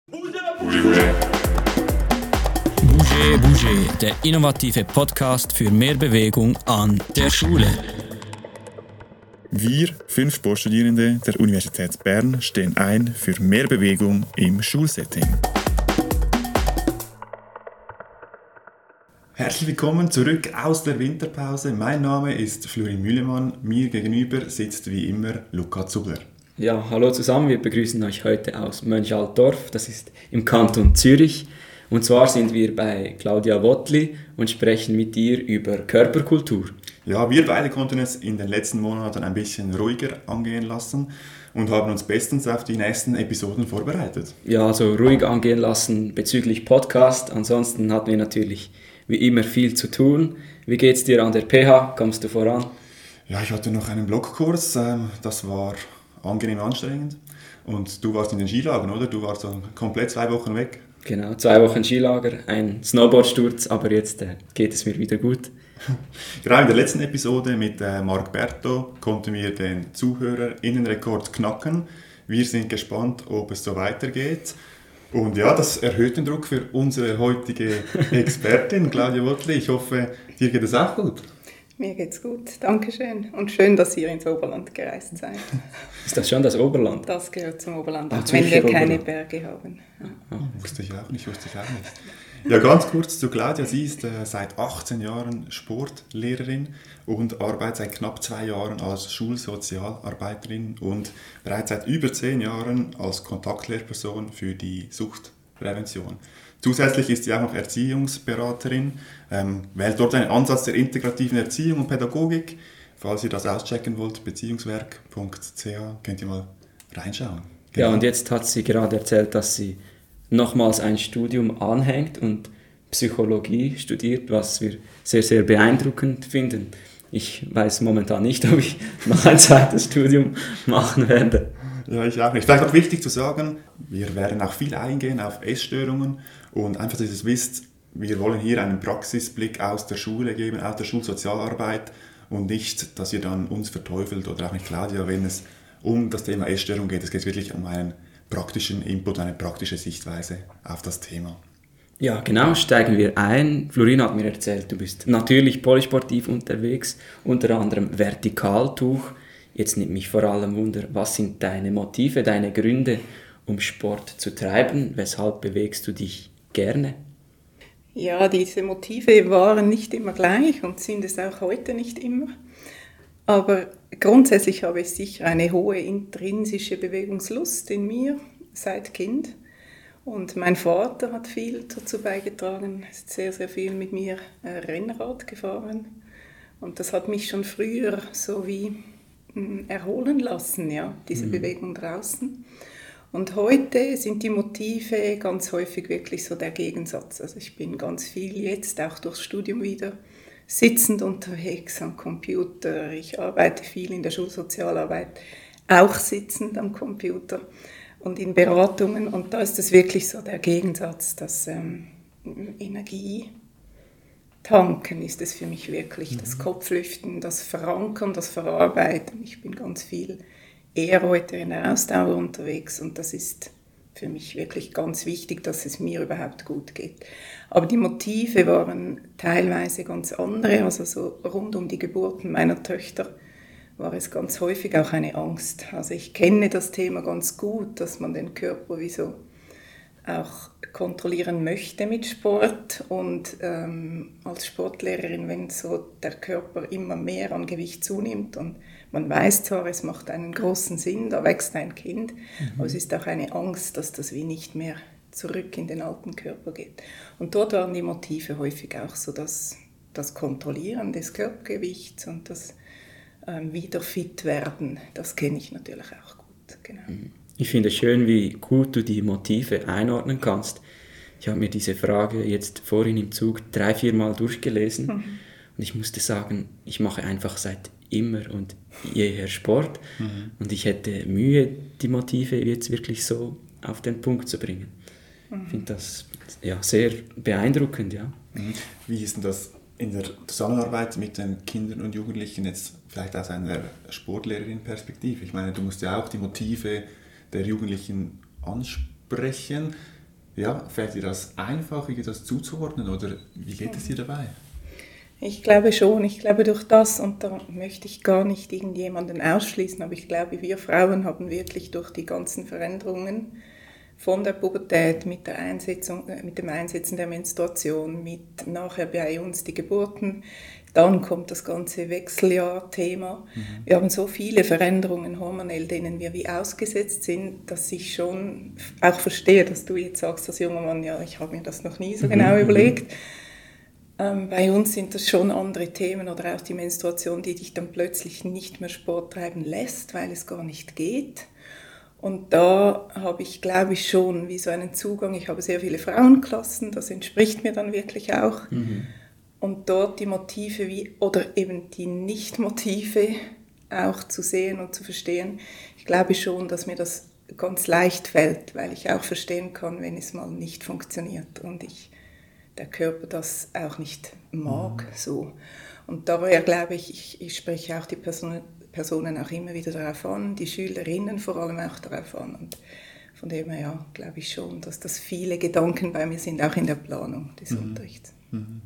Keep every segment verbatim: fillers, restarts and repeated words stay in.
Bouger, Bouger, der innovative Podcast für mehr Bewegung an der Schule. Wir, fünf Sportstudierende der Universität Bern, stehen ein für mehr Bewegung im Schulsetting. Herzlich willkommen zurück aus der Winterpause. Mein Name ist Florin Müllemann. Mir gegenüber sitzt wie immer Luca Zubler. Ja, hallo zusammen, wir begrüßen euch heute aus Mönchaldorf, das ist im Kanton Zürich. Und zwar sind wir bei Claudia Wottli und sprechen mit ihr über Körperkultur. Ja, wir beide konnten es in den letzten Monaten ein bisschen ruhiger angehen lassen und haben uns bestens auf die nächsten Episoden vorbereitet. Ja, also ruhig angehen lassen bezüglich Podcast, ansonsten hatten wir natürlich wie immer viel zu tun. Wie geht's dir an der P H? Kommst du voran? Ja, ich hatte noch einen Blogkurs, das war angenehm anstrengend. Und du warst in den Skilagern, oder? Du warst so komplett zwei Wochen weg. Genau, zwei Wochen Skilager, ein Snowboardsturz, aber jetzt äh, geht es mir wieder gut. Genau, in der letzten Episode mit äh, Marc Berto konnten wir den ZuhörerInnenrekord knacken. Wir sind gespannt, ob es so weitergeht. Und ja, das erhöht den Druck für unsere heutige Expertin, Claudia Wottli. Ich hoffe, dir geht es auch gut. Mir geht's gut, danke schön. Und schön, dass ihr ins Oberland gereist seid. Ist das schon das Oberland? Das gehört zum Oberland, Ach, auch wenn wir keine Oberland. Berge haben. Ja. Oh, wusste ich auch nicht, wusste ich auch nicht. Ja, ganz kurz zu Claudia. Sie ist äh, seit achtzehn Jahren Sportlehrerin und arbeitet seit knapp zwei Jahren als Schulsozialarbeiterin und bereits seit über zehn Jahren als Kontaktlehrperson für die Suchtprävention. Zusätzlich ist sie auch noch Erziehungsberaterin, ähm, wählt dort einen Ansatz der integrativen Erziehung und Pädagogik. Falls ihr das auschecken wollt, beziehungswerk punkt c h, könnt ihr mal reinschauen. Genau. Ja, und jetzt hat sie gerade erzählt, dass sie nochmals ein Studium anhängt und Psychologie studiert, was wir sehr, sehr beeindruckend finden. Ich weiß momentan nicht, ob ich noch ein zweites Studium machen werde. Ja, ich auch nicht. Vielleicht auch wichtig zu sagen, wir werden auch viel eingehen auf Essstörungen und einfach, dass ihr das wisst, wir wollen hier einen Praxisblick aus der Schule geben, aus der Schulsozialarbeit und nicht, dass ihr dann uns verteufelt oder auch nicht Claudia, wenn es um das Thema Essstörung geht. Es geht wirklich um einen praktischen Input, eine praktische Sichtweise auf das Thema. Ja, genau, steigen wir ein. Florin hat mir erzählt, du bist natürlich polysportiv unterwegs, unter anderem Vertikaltuch. Jetzt nimmt mich vor allem Wunder, was sind deine Motive, deine Gründe, um Sport zu treiben? Weshalb bewegst du dich gerne? Ja, diese Motive waren nicht immer gleich und sind es auch heute nicht immer. Aber grundsätzlich habe ich sicher eine hohe intrinsische Bewegungslust in mir seit Kind. Und mein Vater hat viel dazu beigetragen, ist sehr, sehr viel mit mir Rennrad gefahren. Und das hat mich schon früher so wie erholen lassen, ja, diese mhm. Bewegung draußen. Und heute sind die Motive ganz häufig wirklich so der Gegensatz. Also ich bin ganz viel jetzt, auch durchs Studium wieder, sitzend unterwegs am Computer. Ich arbeite viel in der Schulsozialarbeit, auch sitzend am Computer und in Beratungen. Und da ist es wirklich so der Gegensatz, dass ähm, Energie tanken ist es für mich wirklich, das Kopflüften, das Verankern, das Verarbeiten. Ich bin ganz viel eher heute in der Ausdauer unterwegs und das ist für mich wirklich ganz wichtig, dass es mir überhaupt gut geht. Aber die Motive waren teilweise ganz andere, also so rund um die Geburten meiner Töchter war es ganz häufig auch eine Angst. Also ich kenne das Thema ganz gut, dass man den Körper wie so auch kontrollieren möchte mit Sport und ähm, als Sportlehrerin, wenn so der Körper immer mehr an Gewicht zunimmt und man weiß zwar, es macht einen großen Sinn, da wächst ein Kind, mhm. aber es ist auch eine Angst, dass das wie nicht mehr zurück in den alten Körper geht. Und dort waren die Motive häufig auch so, dass das Kontrollieren des Körpergewichts und das ähm, wieder fit werden, das kenne ich natürlich auch gut. Genau. Mhm. Ich finde es schön, wie gut du die Motive einordnen kannst. Ich habe mir diese Frage jetzt vorhin im Zug drei, vier Mal durchgelesen mhm. und ich musste sagen, ich mache einfach seit immer und jeher Sport mhm. und ich hätte Mühe, die Motive jetzt wirklich so auf den Punkt zu bringen. Mhm. Ich finde das ja, sehr beeindruckend. Ja. Mhm. Wie ist denn das in der Zusammenarbeit mit den Kindern und Jugendlichen jetzt vielleicht aus einer Sportlehrerin-Perspektive? Ich meine, du musst ja auch die Motive der Jugendlichen ansprechen. Ja, fällt dir das einfach, das zuzuordnen oder wie geht es dir dabei? Ich glaube schon, ich glaube durch das, und da möchte ich gar nicht irgendjemanden ausschließen, aber ich glaube, wir Frauen haben wirklich durch die ganzen Veränderungen von der Pubertät mit, der Einsetzung, mit dem Einsetzen der Menstruation, mit nachher bei uns die Geburten, dann kommt das ganze Wechseljahr-Thema. Mhm. Wir haben so viele Veränderungen hormonell, denen wir wie ausgesetzt sind, dass ich schon auch verstehe, dass du jetzt sagst, als junger Mann, ja, ich habe mir das noch nie so genau mhm. überlegt. Ähm, bei uns sind das schon andere Themen oder auch die Menstruation, die dich dann plötzlich nicht mehr Sport treiben lässt, weil es gar nicht geht. Und da habe ich, glaube ich, schon wie so einen Zugang. Ich habe sehr viele Frauenklassen, das entspricht mir dann wirklich auch. Mhm. Und dort die Motive wie, oder eben die Nicht-Motive auch zu sehen und zu verstehen. Ich glaube schon, dass mir das ganz leicht fällt, weil ich auch verstehen kann, wenn es mal nicht funktioniert und ich der Körper das auch nicht mag. Mhm. So. Und dabei glaube ich, ich, ich spreche auch die Person, Personen auch immer wieder darauf an, die Schülerinnen vor allem auch darauf an. Und von dem her ja, glaube ich schon, dass das viele Gedanken bei mir sind, auch in der Planung des mhm. Unterrichts. Mhm.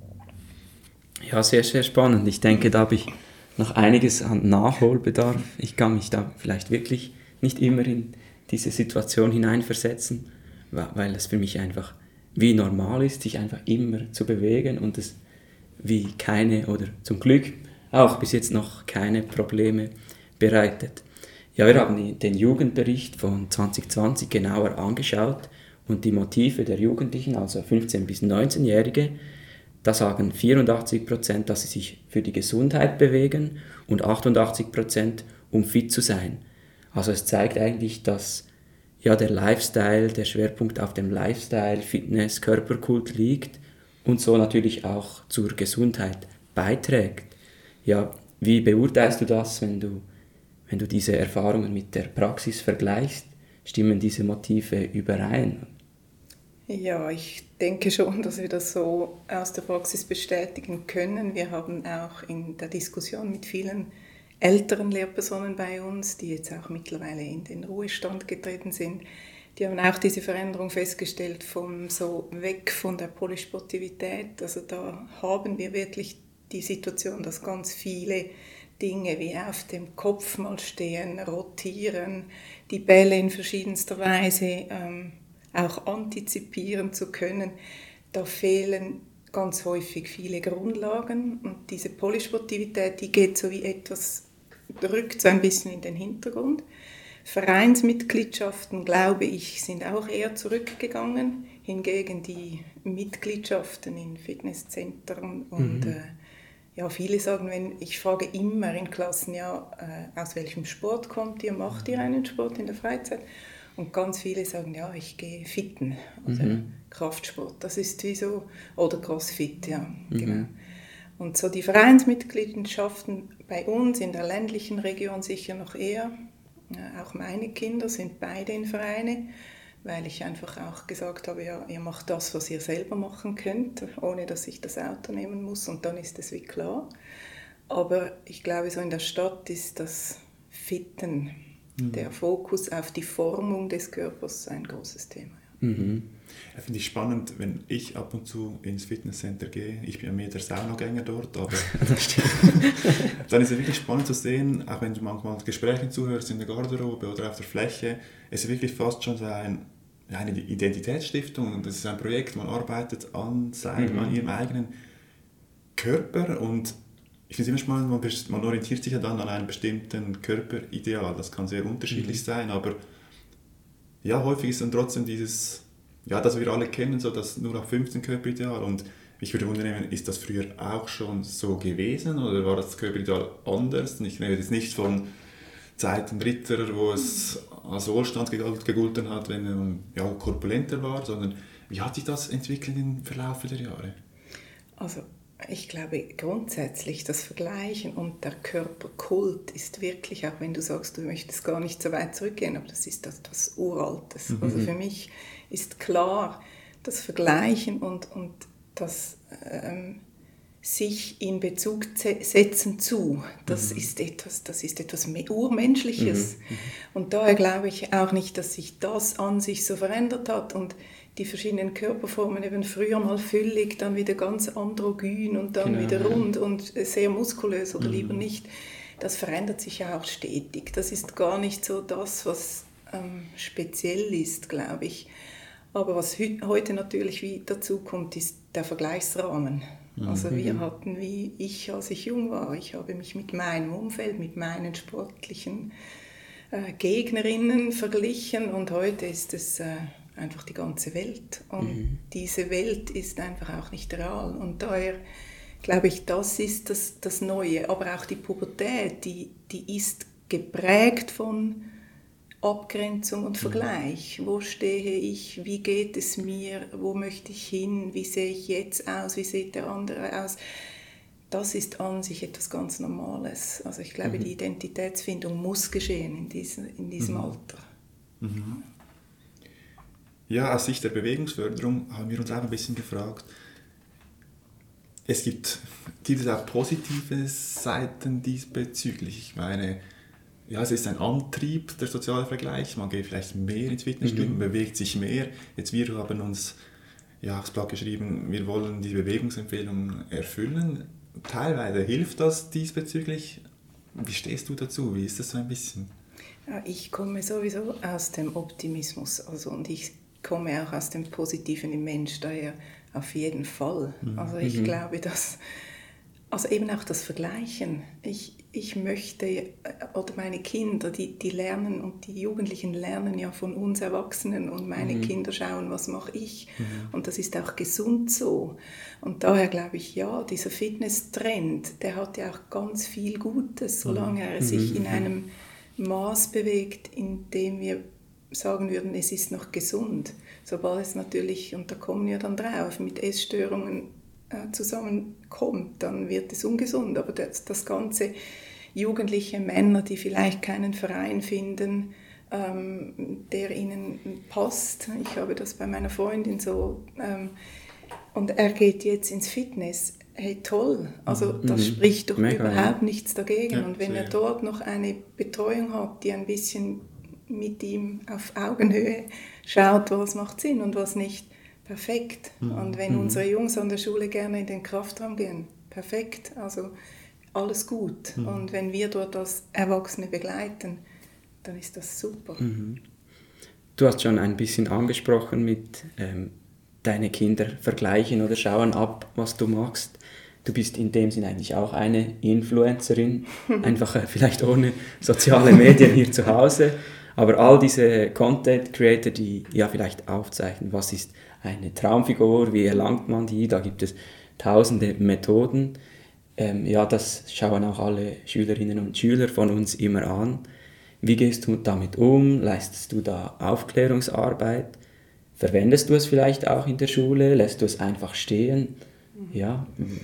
Ja, sehr, sehr spannend. Ich denke, da habe ich noch einiges an Nachholbedarf. Ich kann mich da vielleicht wirklich nicht immer in diese Situation hineinversetzen, weil es für mich einfach wie normal ist, sich einfach immer zu bewegen und es wie keine oder zum Glück auch bis jetzt noch keine Probleme bereitet. Ja, wir haben den Jugendbericht von zwanzig zwanzig genauer angeschaut und die Motive der Jugendlichen, also fünfzehn- bis neunzehnjährige, da sagen vierundachtzig Prozent, dass sie sich für die Gesundheit bewegen und achtundachtzig Prozent, um fit zu sein. Also es zeigt eigentlich, dass ja, der Lifestyle, der Schwerpunkt auf dem Lifestyle, Fitness, Körperkult liegt und so natürlich auch zur Gesundheit beiträgt. Ja, wie beurteilst du das, wenn du, wenn du diese Erfahrungen mit der Praxis vergleichst? Stimmen diese Motive überein? Ja, ich denke schon, dass wir das so aus der Praxis bestätigen können. Wir haben auch in der Diskussion mit vielen älteren Lehrpersonen bei uns, die jetzt auch mittlerweile in den Ruhestand getreten sind, die haben auch diese Veränderung festgestellt, vom so weg von der Polysportivität. Also da haben wir wirklich die Situation, dass ganz viele Dinge wie auf dem Kopf mal stehen, rotieren, die Bälle in verschiedenster Weise ähm, auch antizipieren zu können, da fehlen ganz häufig viele Grundlagen und diese Polysportivität, die geht so wie etwas, rückt so ein bisschen in den Hintergrund. Vereinsmitgliedschaften, glaube ich, sind auch eher zurückgegangen, hingegen die Mitgliedschaften in Fitnesszentren und mhm. äh, ja, viele sagen, wenn ich frage immer in Klassen, ja, äh, aus welchem Sport kommt ihr, macht ihr einen Sport in der Freizeit? Und ganz viele sagen, ja, ich gehe fitten, also mhm. Kraftsport, das ist wie so, oder Crossfit, ja, mhm. genau. Und so die Vereinsmitgliedschaften bei uns in der ländlichen Region sicher noch eher. Ja, auch meine Kinder sind beide in Vereine, weil ich einfach auch gesagt habe, ja, ihr macht das, was ihr selber machen könnt, ohne dass ich das Auto nehmen muss und dann ist es wie klar. Aber ich glaube, so in der Stadt ist das Fitten, der Fokus auf die Formung des Körpers ein großes Thema. Ja. Mhm. Ja, finde ich spannend, wenn ich ab und zu ins Fitnesscenter gehe. Ich bin ja mehr der Saunagänger dort, aber dann ist es wirklich spannend zu sehen, auch wenn du manchmal Gesprächen zuhörst in der Garderobe oder auf der Fläche, es ist wirklich fast schon so ein, eine Identitätsstiftung und das ist ein Projekt, man arbeitet an, seinem, mhm. an ihrem eigenen Körper und ich finde es immer spannend, man, man orientiert sich ja dann an einem bestimmten Körperideal. Das kann sehr unterschiedlich mhm. sein, aber ja, häufig ist dann trotzdem dieses, ja, das wir alle kennen, so das null acht fünfzehn Körperideal. Und ich würde wundern, ist das früher auch schon so gewesen oder war das Körperideal anders? Und ich rede jetzt nicht von Zeiten Ritter, wo es als Wohlstand gegolten hat, wenn man ja, korpulenter war, sondern wie hat sich das entwickelt im Verlauf der Jahre? Also ich glaube grundsätzlich, das Vergleichen und der Körperkult ist wirklich, auch wenn du sagst, du möchtest gar nicht so weit zurückgehen, aber das ist etwas Uraltes. Mhm. Also für mich ist klar, das Vergleichen und, und das ähm, sich in Bezug setzen zu. Das, mhm. ist, etwas, das ist etwas Urmenschliches. Mhm. Und daher glaube ich auch nicht, dass sich das an sich so verändert hat und die verschiedenen Körperformen eben früher mal füllig, dann wieder ganz androgyn und dann genau, wieder rund ja. und sehr muskulös oder mhm. lieber nicht. Das verändert sich ja auch stetig. Das ist gar nicht so das, was ähm, speziell ist, glaube ich. Aber was heute natürlich wie dazu kommt, ist der Vergleichsrahmen. Also wir hatten, wie ich, als ich jung war, ich habe mich mit meinem Umfeld, mit meinen sportlichen äh, Gegnerinnen verglichen und heute ist es äh, einfach die ganze Welt. Und mhm. diese Welt ist einfach auch nicht real. Und daher glaube ich, das ist das, das Neue. Aber auch die Pubertät, die, die ist geprägt von Abgrenzung und Vergleich. Wo stehe ich? Wie geht es mir? Wo möchte ich hin? Wie sehe ich jetzt aus? Wie sieht der andere aus? Das ist an sich etwas ganz Normales. Also ich glaube, mhm. die Identitätsfindung muss geschehen in diesem, in diesem mhm. Alter. Mhm. Ja, aus Sicht der Bewegungsförderung haben wir uns auch ein bisschen gefragt, es gibt, gibt es auch positive Seiten diesbezüglich. Ich meine, ja, es ist ein Antrieb, der soziale Vergleich. Man geht vielleicht mehr ins Fitnessstudio, mhm. bewegt sich mehr. Jetzt wir haben uns ja, aufs Blatt geschrieben, wir wollen die Bewegungsempfehlung erfüllen. Teilweise hilft das diesbezüglich. Wie stehst du dazu? Wie ist das so ein bisschen? Ja, ich komme sowieso aus dem Optimismus also, und ich komme auch aus dem Positiven im Mensch, daher auf jeden Fall. Mhm. Also ich mhm. glaube, dass also eben auch das Vergleichen. Ich, ich möchte, oder meine Kinder, die, die lernen und die Jugendlichen lernen ja von uns Erwachsenen und meine mhm. Kinder schauen, was mache ich. Mhm. Und das ist auch gesund so. Und daher glaube ich, ja, dieser Fitness-Trend, der hat ja auch ganz viel Gutes, solange er sich in einem Maß bewegt, in dem wir sagen würden, es ist noch gesund. Sobald es natürlich, und da kommen wir dann drauf, mit Essstörungen zusammenkommt, dann wird es ungesund. Aber das, das ganze jugendliche Männer, die vielleicht keinen Verein finden, ähm, der ihnen passt. Ich habe das bei meiner Freundin so. Ähm, und er geht jetzt ins Fitness. Hey, toll. Also das mhm. spricht doch Mega, überhaupt ja. nichts dagegen. Ja, und wenn sehr. er dort noch eine Betreuung hat, die ein bisschen mit ihm auf Augenhöhe schaut, was macht Sinn und was nicht, perfekt. Mhm. Und wenn mhm. unsere Jungs an der Schule gerne in den Kraftraum gehen, perfekt. Also alles gut. Mhm. Und wenn wir dort als Erwachsene begleiten, dann ist das super. Mhm. Du hast schon ein bisschen angesprochen mit ähm, deine Kinder vergleichen oder schauen ab, was du machst. Du bist in dem Sinn eigentlich auch eine Influencerin, einfach äh, vielleicht ohne soziale Medien hier zu Hause. Aber all diese Content-Creator, die ja vielleicht aufzeichnen, was ist eine Traumfigur, wie erlangt man die, da gibt es tausende Methoden. Ähm, ja, das schauen auch alle Schülerinnen und Schüler von uns immer an. Wie gehst du damit um? Leistest du da Aufklärungsarbeit? Verwendest du es vielleicht auch in der Schule? Lässt du es einfach stehen? Ja.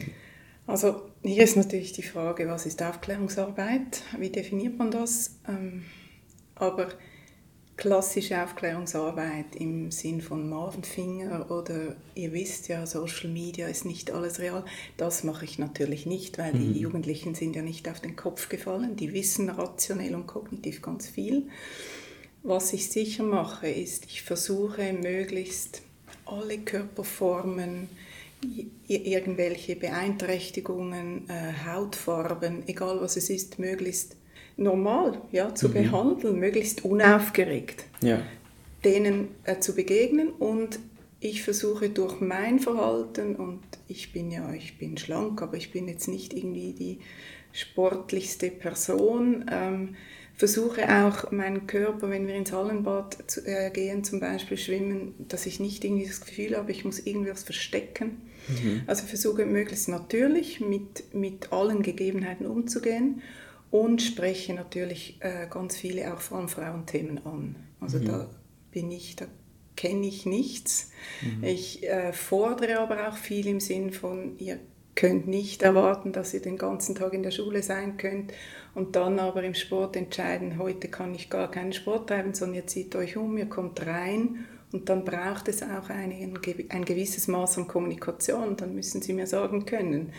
Also hier ist natürlich die Frage, was ist Aufklärungsarbeit? Wie definiert man das? Ähm, aber klassische Aufklärungsarbeit im Sinn von Marvenfinger oder ihr wisst ja, Social Media ist nicht alles real, das mache ich natürlich nicht, weil mhm. die Jugendlichen sind ja nicht auf den Kopf gefallen, die wissen rationell und kognitiv ganz viel. Was ich sicher mache, ist, ich versuche möglichst alle Körperformen, irgendwelche Beeinträchtigungen, äh, Hautfarben, egal was es ist, möglichst normal ja, zu mhm. behandeln, möglichst unaufgeregt, ja. denen äh, zu begegnen. Und ich versuche durch mein Verhalten, und ich bin ja, ich bin schlank, aber ich bin jetzt nicht irgendwie die sportlichste Person, ähm, versuche auch meinen Körper, wenn wir ins Hallenbad zu, äh, gehen, zum Beispiel schwimmen, dass ich nicht irgendwie das Gefühl habe, ich muss irgendwas verstecken. Mhm. Also versuche möglichst natürlich mit, mit allen Gegebenheiten umzugehen. Und spreche natürlich äh, ganz viele auch vor allem Frauenthemen an. Also mhm. da bin ich, da kenne ich nichts. Mhm. Ich äh, fordere aber auch viel im Sinn von, ihr könnt nicht erwarten, dass ihr den ganzen Tag in der Schule sein könnt und dann aber im Sport entscheiden, heute kann ich gar keinen Sport treiben, sondern ihr zieht euch um, ihr kommt rein und dann braucht es auch ein, ein gewisses Maß an Kommunikation. Dann müssen sie mir sagen können,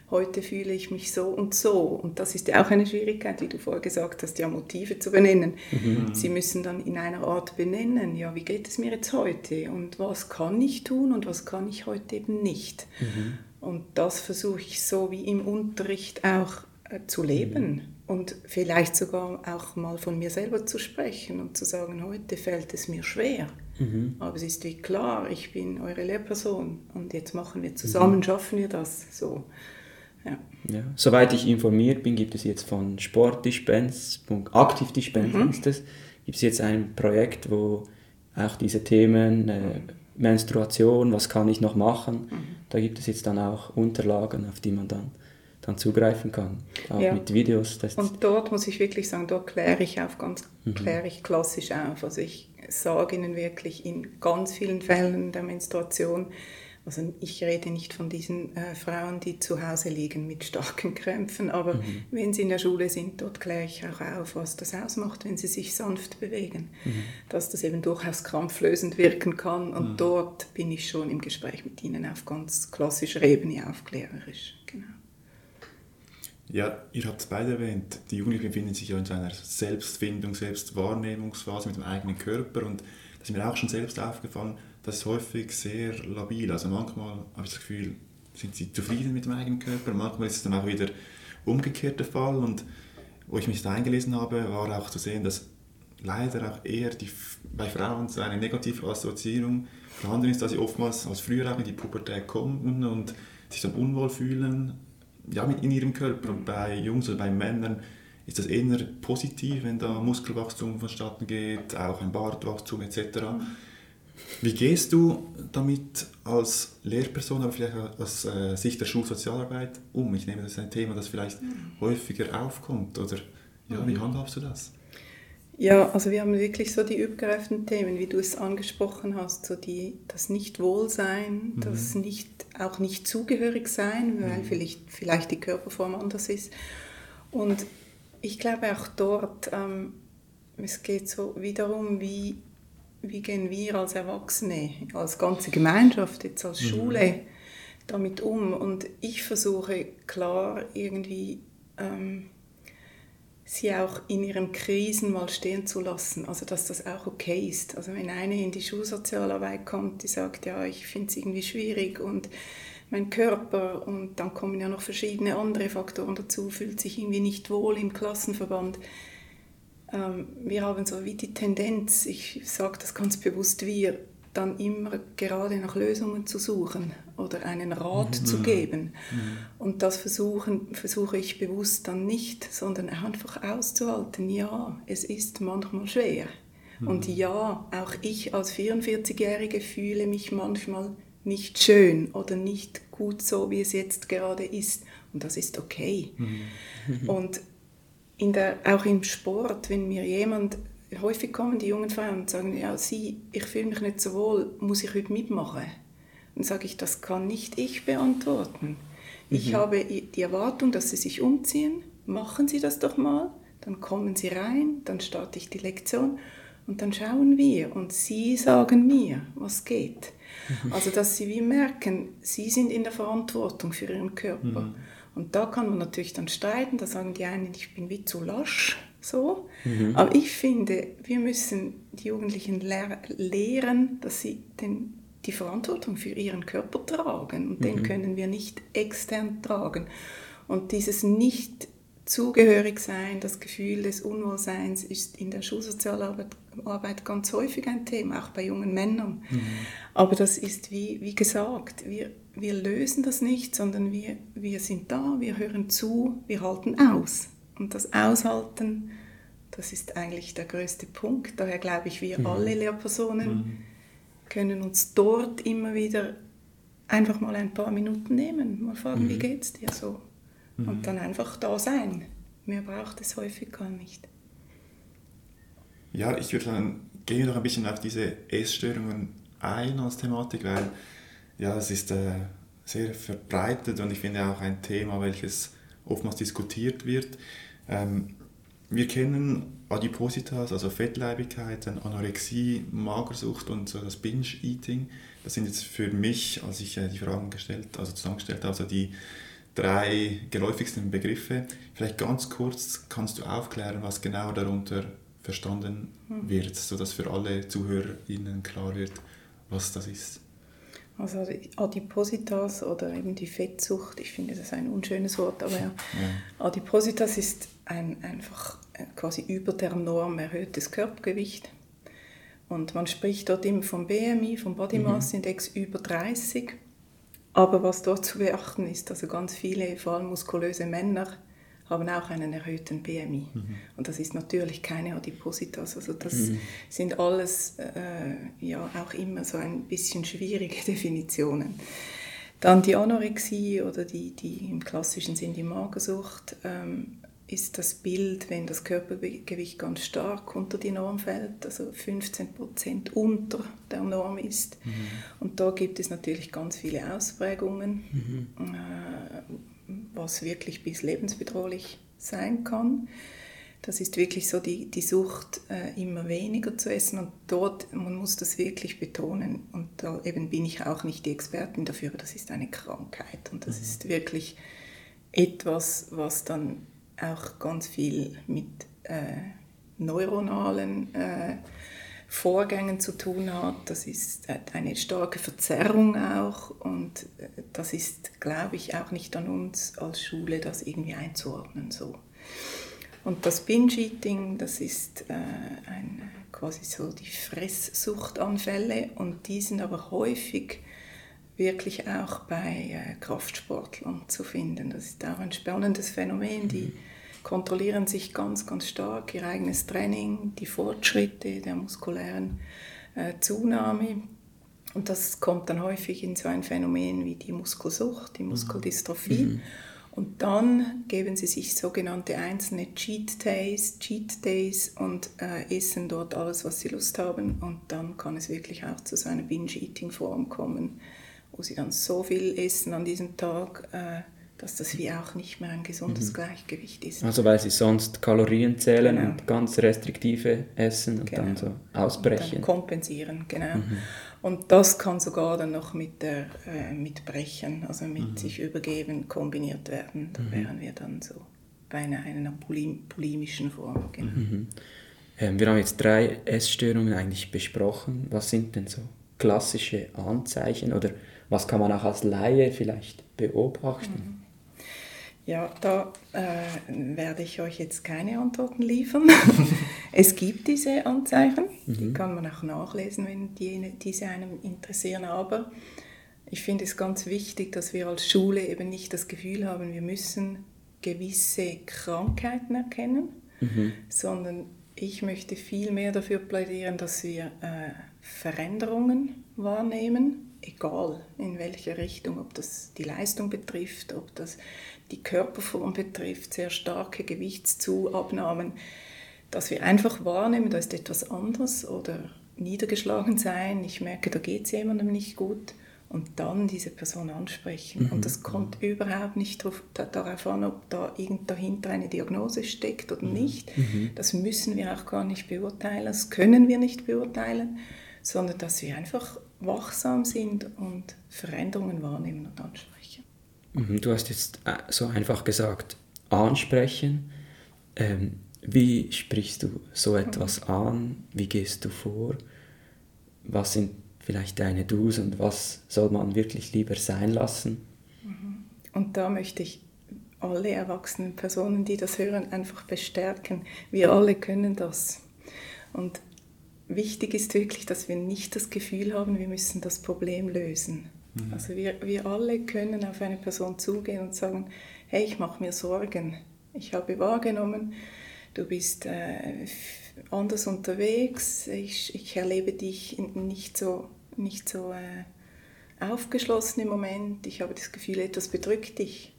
heute fühle ich mich so und so. Und das ist ja auch eine Schwierigkeit, wie du vorher gesagt hast, ja, Motive zu benennen. Mhm. Sie müssen dann in einer Art benennen, ja, wie geht es mir jetzt heute und was kann ich tun und was kann ich heute eben nicht. Mhm. Und das versuche ich so wie im Unterricht auch äh, zu leben. Mhm. Und vielleicht sogar auch mal von mir selber zu sprechen und zu sagen, heute fällt es mir schwer. Mhm. Aber es ist wie klar, ich bin eure Lehrperson und jetzt machen wir zusammen, mhm. schaffen wir das. So. Ja. Ja. Soweit ich informiert bin, gibt es jetzt von Sportdispens, Aktivdispens mhm. ist das, gibt es jetzt ein Projekt, wo auch diese Themen, äh, mhm. Menstruation, was kann ich noch machen, mhm. da gibt es jetzt dann auch Unterlagen, auf die man dann dann zugreifen kann, auch ja. mit Videos. Das und dort muss ich wirklich sagen, dort kläre ich auf, ganz mhm. kläre ich klassisch auf. Also ich sage Ihnen wirklich in ganz vielen Fällen der Menstruation, also ich rede nicht von diesen äh, Frauen, die zu Hause liegen mit starken Krämpfen, aber mhm. wenn sie in der Schule sind, dort kläre ich auch auf, was das ausmacht, wenn sie sich sanft bewegen, mhm. dass das eben durchaus krampflösend wirken kann und mhm. dort bin ich schon im Gespräch mit Ihnen auf ganz klassischer Ebene aufklärerisch. Genau. Ja, ihr habt es beide erwähnt, die Jugendlichen befinden sich ja in so einer Selbstfindung, Selbstwahrnehmungsphase mit dem eigenen Körper und das ist mir auch schon selbst aufgefallen, das ist häufig sehr labil. Also manchmal habe ich das Gefühl, sind sie zufrieden mit dem eigenen Körper, manchmal ist es dann auch wieder umgekehrt der Fall und wo ich mich da eingelesen habe, war auch zu sehen, dass leider auch eher die, bei Frauen so eine negative Assoziierung vorhanden ist, dass sie oftmals als früher auch in die Pubertät kommen und sich dann unwohl fühlen, ja, in ihrem Körper. Und bei Jungs oder bei Männern ist das eher positiv, wenn da Muskelwachstum vonstatten geht, auch ein Bartwachstum et cetera. Mhm. Wie gehst du damit als Lehrperson, aber vielleicht aus äh, Sicht der Schulsozialarbeit um? Ich nehme, das ist ein Thema, das vielleicht mhm. häufiger aufkommt. Oder ja, wie handhabst du das? Ja, also wir haben wirklich so die übergreifenden Themen, wie du es angesprochen hast, so die, das Nicht-Wohlsein, mhm. das nicht, auch nicht zugehörig sein, weil mhm. vielleicht, vielleicht die Körperform anders ist. Und ich glaube auch dort, ähm, es geht so wiederum, wie, wie gehen wir als Erwachsene, als ganze Gemeinschaft, jetzt als mhm. Schule, damit um. Und ich versuche klar irgendwie ähm, sie auch in ihren Krisen mal stehen zu lassen, also dass das auch okay ist. Also wenn eine in die Schulsozialarbeit kommt, die sagt, ja, ich finde es irgendwie schwierig und mein Körper und dann kommen ja noch verschiedene andere Faktoren dazu, fühlt sich irgendwie nicht wohl im Klassenverband. Ähm, wir haben so wie die Tendenz, ich sage das ganz bewusst, wir dann immer gerade nach Lösungen zu suchen oder einen Rat mhm. zu geben. Mhm. Und das versuchen, versuche ich bewusst dann nicht, sondern einfach auszuhalten. Ja, es ist manchmal schwer. Mhm. Und ja, auch ich als vierundvierzigjährige fühle mich manchmal nicht schön oder nicht gut so, wie es jetzt gerade ist. Und das ist okay. Mhm. Und in der, auch im Sport, wenn mir jemand... Häufig kommen die jungen Frauen und sagen, ja, sie, ich fühle mich nicht so wohl, muss ich heute mitmachen? Dann sage ich, das kann nicht ich beantworten. Mhm. Ich habe die Erwartung, dass sie sich umziehen, machen Sie das doch mal, dann kommen Sie rein, dann starte ich die Lektion und dann schauen wir und Sie sagen mir, was geht. Mhm. Also, dass Sie wie merken, Sie sind in der Verantwortung für Ihren Körper. Mhm. Und da kann man natürlich dann streiten, da sagen die einen, ich bin wie zu lasch. So. Mhm. Aber ich finde, wir müssen die Jugendlichen lehr- lehren, dass sie den, die Verantwortung für ihren Körper tragen. Und mhm. den können wir nicht extern tragen. Und dieses Nicht-Zugehörig-Sein, das Gefühl des Unwohlseins ist in der Schulsozialarbeit Arbeit ganz häufig ein Thema, auch bei jungen Männern. Mhm. Aber das ist, wie, wie gesagt, wir, wir lösen das nicht, sondern wir, wir sind da, wir hören zu, wir halten aus. Und das Aushalten, das ist eigentlich der größte Punkt. Daher glaube ich, wir mhm. alle Lehrpersonen mhm. können uns dort immer wieder einfach mal ein paar Minuten nehmen, mal fragen, mhm. wie geht's dir so? Mhm. Und dann einfach da sein. Mehr braucht es häufig gar nicht. Ja, ich würde sagen, gehen wir noch ein bisschen auf diese Essstörungen ein als Thematik, weil ja, es ist äh, sehr verbreitet und ich finde auch ein Thema, welches oftmals diskutiert wird. Ähm, wir kennen Adipositas, also Fettleibigkeit, Anorexie, Magersucht und so das Binge-Eating. Das sind jetzt für mich, als ich äh, die Fragen gestellt, also zusammengestellt habe, also die drei geläufigsten Begriffe. Vielleicht ganz kurz kannst du aufklären, was genau darunter verstanden wird, sodass für alle ZuhörerInnen klar wird, was das ist. Also Adipositas oder eben die Fettsucht, ich finde das ein unschönes Wort, aber ja. Ja. Adipositas ist ein einfach quasi über der Norm erhöhtes Körpergewicht. Und man spricht dort immer vom B M I, vom Body Mass Index mhm. über dreißig. Aber was dort zu beachten ist, also ganz viele, vor allem muskulöse Männer, haben auch einen erhöhten B M I. Mhm. Und das ist natürlich keine Adipositas. Also das mhm. sind alles äh, ja auch immer so ein bisschen schwierige Definitionen. Dann die Anorexie oder die, die im klassischen Sinn die Magersucht ähm, ist das Bild, wenn das Körpergewicht ganz stark unter die Norm fällt, also fünfzehn Prozent unter der Norm ist. Mhm. Und da gibt es natürlich ganz viele Ausprägungen, mhm. äh, was wirklich bis lebensbedrohlich sein kann. Das ist wirklich so die, die Sucht, äh, immer weniger zu essen, und dort, man muss das wirklich betonen, und da eben bin ich auch nicht die Expertin dafür, aber das ist eine Krankheit und das mhm. ist wirklich etwas, was dann auch ganz viel mit äh, neuronalen äh, Vorgängen zu tun hat. Das ist eine starke Verzerrung auch, und das ist, glaube ich, auch nicht an uns als Schule, das irgendwie einzuordnen. So. Und das Binge-Eating, das ist äh, ein, quasi so die Fresssuchtanfälle, und die sind aber häufig wirklich auch bei äh, Kraftsportlern zu finden. Das ist auch ein spannendes Phänomen. Die kontrollieren sich ganz, ganz stark, ihr eigenes Training, die Fortschritte der muskulären äh, Zunahme. Und das kommt dann häufig in so ein Phänomen wie die Muskelsucht, die Muskeldystrophie. Mhm. Und dann geben sie sich sogenannte einzelne Cheat Days, Cheat Days und äh, essen dort alles, was sie Lust haben. Und dann kann es wirklich auch zu so einer Binge-Eating-Form kommen, wo sie dann so viel essen an diesem Tag, äh, dass das wie auch nicht mehr ein gesundes mhm. Gleichgewicht ist. Also weil sie sonst Kalorien zählen genau. und ganz restriktive essen und genau. dann so ausbrechen. Und dann kompensieren, genau. Mhm. Und das kann sogar dann noch mit, der, äh, mit Brechen, also mit mhm. sich übergeben, kombiniert werden. Da mhm. wären wir dann so bei einer, einer bulim- bulimischen Form. Genau. Mhm. Ähm, wir haben jetzt drei Essstörungen eigentlich besprochen. Was sind denn so klassische Anzeichen oder was kann man auch als Laie vielleicht beobachten? Mhm. Ja, da äh, werde ich euch jetzt keine Antworten liefern. Es gibt diese Anzeichen, mhm. die kann man auch nachlesen, wenn die, diese einem interessieren. Aber ich finde es ganz wichtig, dass wir als Schule eben nicht das Gefühl haben, wir müssen gewisse Krankheiten erkennen, mhm. sondern ich möchte viel mehr dafür plädieren, dass wir äh, Veränderungen wahrnehmen, egal in welche Richtung, ob das die Leistung betrifft, ob das die Körperform betrifft, sehr starke Gewichtszuabnahmen, dass wir einfach wahrnehmen, da ist etwas anderes oder niedergeschlagen sein, ich merke, da geht es jemandem nicht gut, und dann diese Person ansprechen. Mhm. Und das kommt überhaupt nicht darauf, darauf an, ob da irgend dahinter eine Diagnose steckt oder nicht. Mhm. Das müssen wir auch gar nicht beurteilen, das können wir nicht beurteilen, sondern dass wir einfach wachsam sind und Veränderungen wahrnehmen und ansprechen. Du hast jetzt so einfach gesagt, ansprechen. Ähm, wie sprichst du so etwas mhm. an? Wie gehst du vor? Was sind vielleicht deine Do's und was soll man wirklich lieber sein lassen? Und da möchte ich alle erwachsenen Personen, die das hören, einfach bestärken. Wir alle können das. Und wichtig ist wirklich, dass wir nicht das Gefühl haben, wir müssen das Problem lösen. Mhm. Also wir, wir alle können auf eine Person zugehen und sagen, hey, ich mache mir Sorgen. Ich habe wahrgenommen, du bist äh, anders unterwegs, ich, ich erlebe dich nicht so, nicht so äh, aufgeschlossen im Moment, ich habe das Gefühl, etwas bedrückt dich.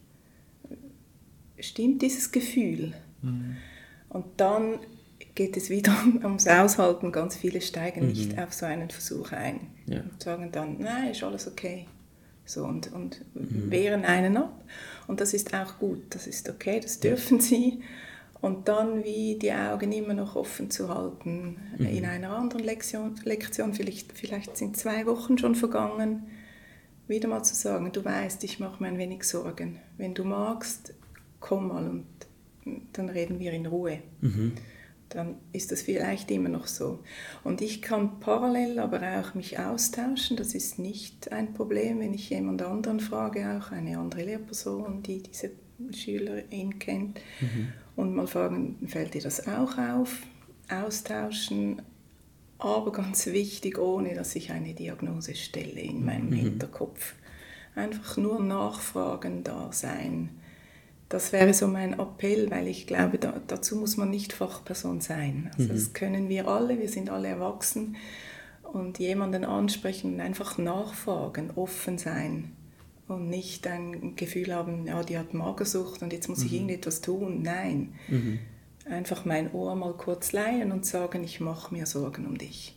Stimmt dieses Gefühl? Mhm. Und dann geht es wieder ums Aushalten. Ganz viele steigen mhm. nicht auf so einen Versuch ein ja. und sagen dann, nein, ist alles okay. So, und und mhm. wehren einen ab. Und das ist auch gut, das ist okay, das dürfen ja. sie. Und dann wie die Augen immer noch offen zu halten. Mhm. In einer anderen Lektion, Lektion vielleicht, vielleicht sind zwei Wochen schon vergangen, wieder mal zu sagen, du weißt, ich mache mir ein wenig Sorgen. Wenn du magst, komm mal und dann reden wir in Ruhe. Mhm. Dann ist das vielleicht immer noch so. Und ich kann parallel aber auch mich austauschen. Das ist nicht ein Problem, wenn ich jemand anderen frage, auch eine andere Lehrperson, die diese Schülerin kennt, mhm. und mal fragen, fällt dir das auch auf? Austauschen, aber ganz wichtig, ohne dass ich eine Diagnose stelle in meinem mhm. Hinterkopf. Einfach nur nachfragen, da sein. Das wäre so mein Appell, weil ich glaube, da, dazu muss man nicht Fachperson sein. Also mhm. das können wir alle, wir sind alle erwachsen. Und jemanden ansprechen und einfach nachfragen, offen sein. Und nicht ein Gefühl haben, ja, die hat Magersucht und jetzt muss mhm. ich irgendetwas tun. Nein. Mhm. Einfach mein Ohr mal kurz leihen und sagen, ich mache mir Sorgen um dich.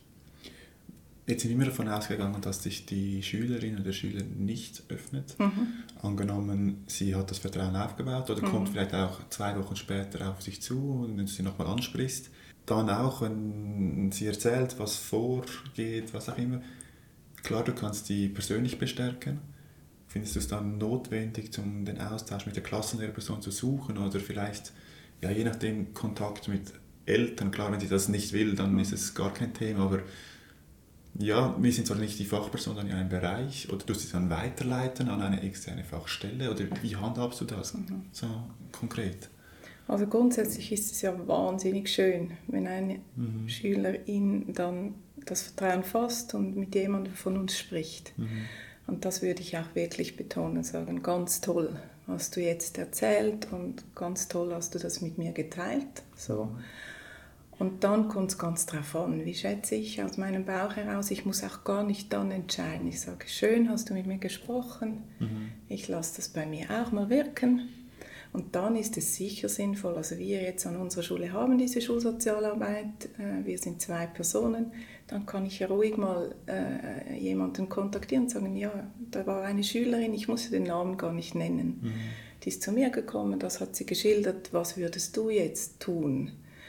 Jetzt sind wir davon ausgegangen, dass sich die Schülerin oder der Schüler nicht öffnet. Mhm. Angenommen, sie hat das Vertrauen aufgebaut oder mhm. kommt vielleicht auch zwei Wochen später auf sich zu und wenn du sie nochmal ansprichst. Dann auch, wenn sie erzählt, was vorgeht, was auch immer. Klar, du kannst die persönlich bestärken. Findest du es dann notwendig, um den Austausch mit der Klassenlehrperson zu suchen oder vielleicht, ja, je nachdem, Kontakt mit Eltern? Klar, wenn sie das nicht will, dann ist es gar kein Thema, aber ja, wir sind zwar nicht die Fachperson in einem Bereich oder du sie dann weiterleiten an eine externe Fachstelle oder wie handhabst du das mhm. so konkret? Also grundsätzlich ist es ja wahnsinnig schön, wenn eine mhm. Schülerin dann das Vertrauen fasst und mit jemandem von uns spricht. Mhm. Und das würde ich auch wirklich betonen, sagen, ganz toll hast du jetzt erzählt und ganz toll hast du das mit mir geteilt. So. Mhm. Und dann kommt es ganz drauf an, wie schätze ich aus meinem Bauch heraus. Ich muss auch gar nicht dann entscheiden. Ich sage, schön, hast du mit mir gesprochen. Mhm. Ich lasse das bei mir auch mal wirken. Und dann ist es sicher sinnvoll, also wir jetzt an unserer Schule haben diese Schulsozialarbeit, äh, wir sind zwei Personen, dann kann ich ja ruhig mal äh, jemanden kontaktieren und sagen, ja, da war eine Schülerin, ich muss den Namen gar nicht nennen. Mhm. Die ist zu mir gekommen, das hat sie geschildert, was würdest du jetzt tun?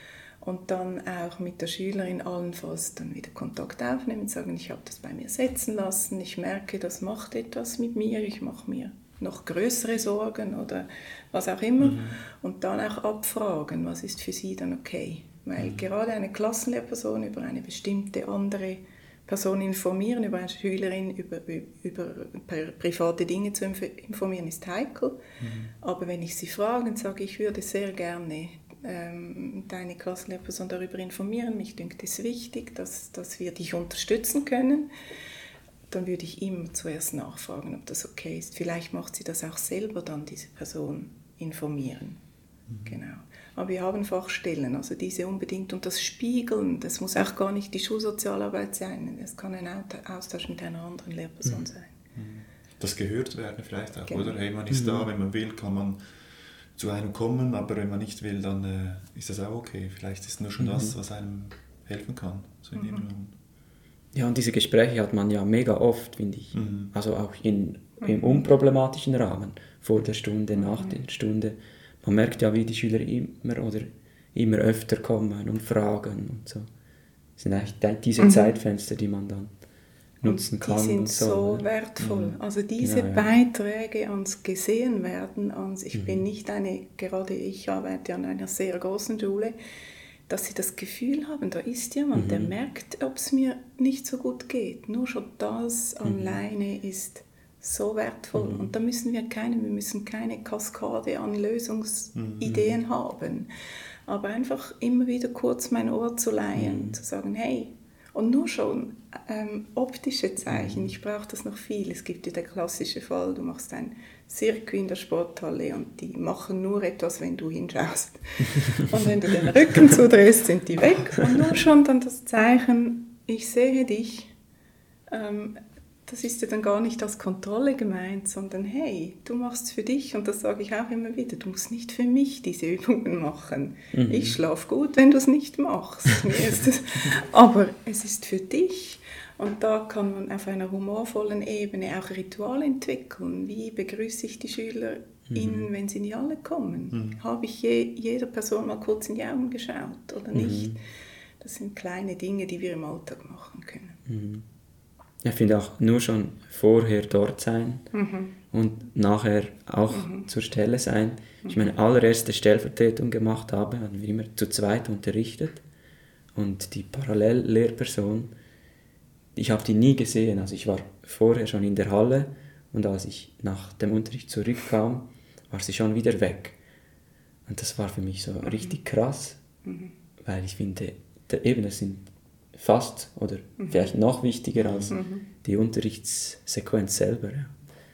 Und dann auch mit der Schülerin allenfalls dann wieder Kontakt aufnehmen und sagen, ich habe das bei mir setzen lassen, ich merke, das macht etwas mit mir, ich mache mir noch größere Sorgen oder was auch immer. Mhm. Und dann auch abfragen, was ist für sie dann okay. Weil mhm. gerade eine Klassenlehrperson über eine bestimmte andere Person informieren, über eine Schülerin, über, über private Dinge zu informieren, ist heikel. Mhm. Aber wenn ich sie frage und sage, ich würde sehr gerne ähm, deine Klassenlehrperson darüber informieren, mich denkt es wichtig, dass, dass wir dich unterstützen können, dann würde ich immer zuerst nachfragen, ob das okay ist. Vielleicht macht sie das auch selber dann, diese Person informieren. Mhm. Genau. Aber wir haben Fachstellen, also diese unbedingt. Und das Spiegeln, das muss auch gar nicht die Schulsozialarbeit sein. Es kann ein Austausch mit einer anderen Lehrperson mhm. sein. Das gehört werden vielleicht auch, genau. Oder? Hey, man ist mhm. da, wenn man will, kann man zu einem kommen, aber wenn man nicht will, dann äh, ist das auch okay. Vielleicht ist nur schon mhm. das, was einem helfen kann. So in mhm. dem Rahmen. Ja, und diese Gespräche hat man ja mega oft, finde ich. Mhm. Also auch in, im unproblematischen Rahmen, vor der Stunde, nach mhm. der Stunde. Man merkt ja, wie die Schüler immer oder immer öfter kommen und fragen und so. Das sind eigentlich diese mhm. Zeitfenster, die man dann nutzen kann. Die sind und so, so oder? wertvoll. Mhm. Also diese genau, ja. Beiträge ans gesehen werden, ans, ich mhm. bin nicht eine, gerade ich arbeite an einer sehr großen Schule, dass sie das Gefühl haben, da ist jemand, mhm. der merkt, ob es mir nicht so gut geht. Nur schon das mhm. alleine ist so wertvoll. Mhm. Und da müssen wir keine, wir müssen keine Kaskade an Lösungsideen mhm. haben. Aber einfach immer wieder kurz mein Ohr zu leihen, mhm. zu sagen, hey, und nur schon ähm, optische Zeichen, mhm. ich brauche das noch viel. Es gibt ja den klassischen Fall, du machst ein Circuit in der Sporthalle und die machen nur etwas, wenn du hinschaust. Und wenn du den Rücken zudrehst, sind die weg. Und nur schon dann das Zeichen, ich sehe dich, ähm, das ist ja dann gar nicht als Kontrolle gemeint, sondern hey, du machst es für dich. Und das sage ich auch immer wieder, du musst nicht für mich diese Übungen machen. Mhm. Ich schlafe gut, wenn du es nicht machst. Mir ist es, aber es ist für dich. Und da kann man auf einer humorvollen Ebene auch Rituale entwickeln. Wie begrüße ich die SchülerInnen, mhm. wenn sie nicht alle kommen? Mhm. Habe ich je, jeder Person mal kurz in die Augen geschaut oder nicht? Mhm. Das sind kleine Dinge, die wir im Alltag machen können. Mhm. ich finde auch nur schon vorher dort sein mhm. und nachher auch mhm. zur Stelle sein. Mhm. Ich meine allererste Stellvertretung gemacht habe, haben wir immer zu zweit unterrichtet und die Parallellehrperson, ich habe die nie gesehen, also ich war vorher schon in der Halle und als ich nach dem Unterricht zurückkam, war sie schon wieder weg. Und das war für mich so mhm. richtig krass, mhm. weil ich finde, eben das sind fast oder mhm. vielleicht noch wichtiger als mhm. die Unterrichtssequenz selber. Ja.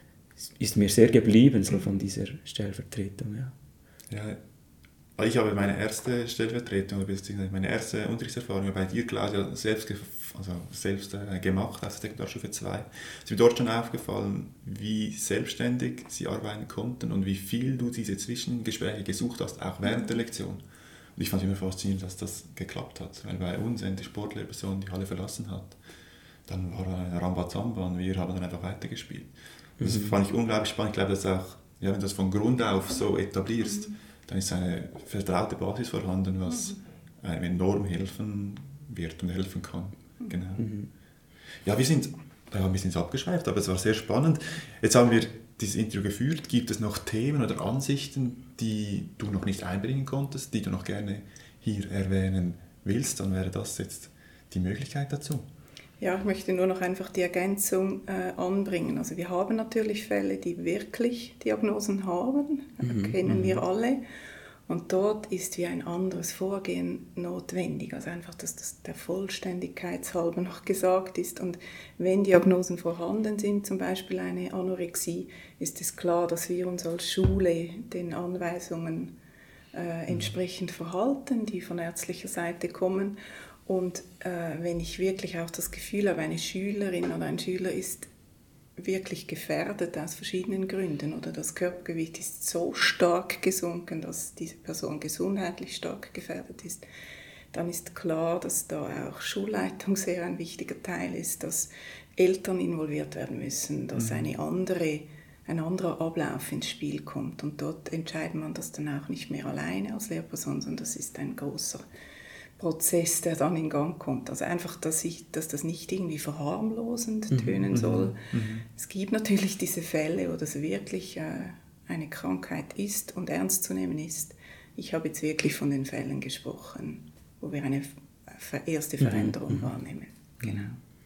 Ist mir sehr geblieben so von dieser Stellvertretung. Ja. Ja, ich habe meine erste Stellvertretung, beziehungsweise meine erste Unterrichtserfahrung bei dir, Claudia, selbst, ge- also selbst äh, gemacht aus der Sekundarstufe zwei. Es ist mir dort schon aufgefallen, wie selbstständig sie arbeiten konnten und wie viel du diese Zwischengespräche gesucht hast, auch während der Lektion. Und ich fand es immer faszinierend, dass das geklappt hat, weil bei uns, wenn die Sportlehrperson die Halle verlassen hat, dann war ein Rambazamba und wir haben dann einfach weitergespielt. Mhm. Das fand ich unglaublich spannend. Ich glaube, dass auch, ja, wenn du das von Grund auf so etablierst, mhm. dann ist eine vertraute Basis vorhanden, was mhm. einem enorm helfen wird und helfen kann. Mhm. Genau. Mhm. Ja, wir sind ja, ein bisschen abgeschweift, aber es war sehr spannend. Jetzt haben wir dieses Interview geführt. Gibt es noch Themen oder Ansichten, die du noch nicht einbringen konntest, die du noch gerne hier erwähnen willst? Dann wäre das jetzt die Möglichkeit dazu. Ja, ich möchte nur noch einfach die Ergänzung äh, anbringen. Also wir haben natürlich Fälle, die wirklich Diagnosen haben, mhm, kennen mhm. wir alle. Und dort ist wie ein anderes Vorgehen notwendig. Also einfach, dass das der Vollständigkeit halber noch gesagt ist. Und wenn Diagnosen vorhanden sind, zum Beispiel eine Anorexie, ist es klar, dass wir uns als Schule den Anweisungen äh, entsprechend verhalten, die von ärztlicher Seite kommen. Und äh, wenn ich wirklich auch das Gefühl habe, eine Schülerin oder ein Schüler ist wirklich gefährdet aus verschiedenen Gründen oder das Körpergewicht ist so stark gesunken, dass diese Person gesundheitlich stark gefährdet ist, dann ist klar, dass da auch Schulleitung sehr ein wichtiger Teil ist, dass Eltern involviert werden müssen, dass mhm. eine andere, ein anderer Ablauf ins Spiel kommt und dort entscheidet man das dann auch nicht mehr alleine als Lehrperson, sondern das ist ein großer Prozess, der dann in Gang kommt. Also einfach, dass, ich, dass das nicht irgendwie verharmlosend mhm, tönen soll. Mhm. Es gibt natürlich diese Fälle, wo das wirklich äh, eine Krankheit ist und ernst zu nehmen ist. Ich habe jetzt wirklich von den Fällen gesprochen, wo wir eine erste Veränderung mhm. wahrnehmen. Genau.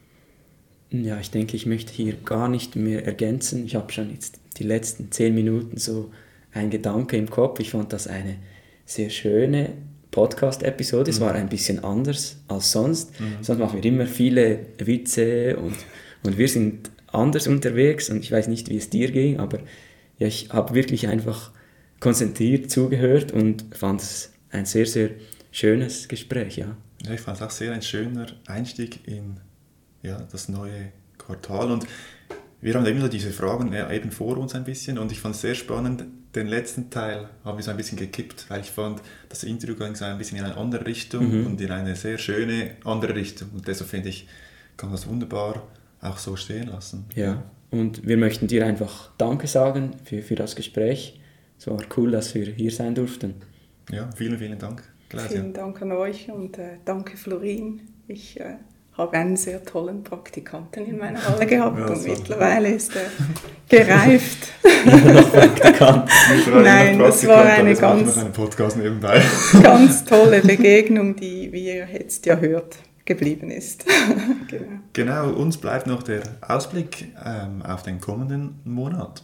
Ja, ich denke, ich möchte hier gar nicht mehr ergänzen. Ich habe schon jetzt die letzten zehn Minuten so einen Gedanke im Kopf. Ich fand das eine sehr schöne Podcast-Episode. Es mhm. war ein bisschen anders als sonst. Mhm. Sonst machen wir immer viele Witze und, und wir sind anders unterwegs und ich weiß nicht, wie es dir ging, aber ja, ich habe wirklich einfach konzentriert zugehört und fand es ein sehr, sehr schönes Gespräch. Ja, ja ich fand es auch sehr ein schöner Einstieg in ja, das neue Quartal und wir haben immer so diese Fragen ja, eben vor uns ein bisschen und ich fand es sehr spannend. Den letzten Teil haben wir so ein bisschen gekippt, weil ich fand, das Interview ging so ein bisschen in eine andere Richtung mhm. und in eine sehr schöne andere Richtung. Und deshalb finde ich, kann man das wunderbar auch so stehen lassen. Ja, und wir möchten dir einfach Danke sagen für, für das Gespräch. Es war cool, dass wir hier sein durften. Ja, vielen, vielen Dank. Claudia. Vielen Dank an euch und äh, danke Florin. Ich äh, habe einen sehr tollen Praktikanten in meiner Halle gehabt ja, und so. Mittlerweile ist er gereift. Praktikant. Nein, das war eine ganz, einen Podcast nebenbei. ganz tolle Begegnung, die, wie ihr jetzt ja hört, geblieben ist. Genau. Genau, uns bleibt noch der Ausblick ähm, auf den kommenden Monat.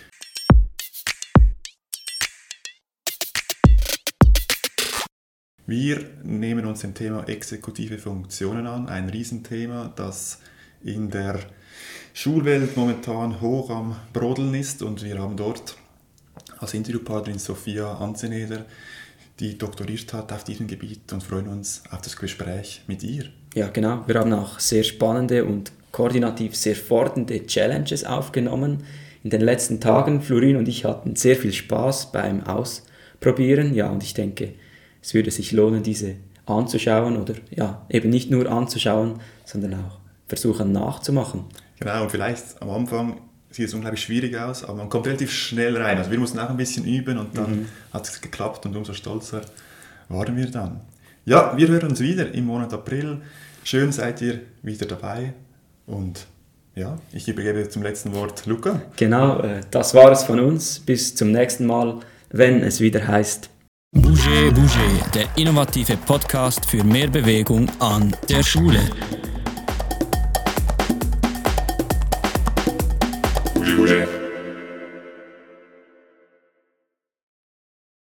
Wir nehmen uns dem Thema exekutive Funktionen an, ein Riesenthema, das in der Schulwelt momentan hoch am Brodeln ist und wir haben dort als Interviewpartnerin Sophia Anzeneder, die doktoriert hat auf diesem Gebiet und freuen uns auf das Gespräch mit ihr. Ja, genau. Wir haben auch sehr spannende und koordinativ sehr fordernde Challenges aufgenommen. In den letzten Tagen, Florin und ich hatten sehr viel Spaß beim Ausprobieren. Ja, und ich denke, es würde sich lohnen, diese anzuschauen oder ja, eben nicht nur anzuschauen, sondern auch versuchen nachzumachen. Genau, und vielleicht am Anfang sieht es unglaublich schwierig aus, aber man kommt relativ schnell rein. Also wir mussten auch ein bisschen üben und dann mhm. hat es geklappt und umso stolzer waren wir dann. Ja, wir hören uns wieder im Monat April. Schön seid ihr wieder dabei und Ja, ich übergebe zum letzten Wort Luca. Genau, äh, das war es von uns. Bis zum nächsten Mal, wenn es wieder heißt Bouger, Bouger, der innovative Podcast für mehr Bewegung an der Schule. Bouger, Bouger.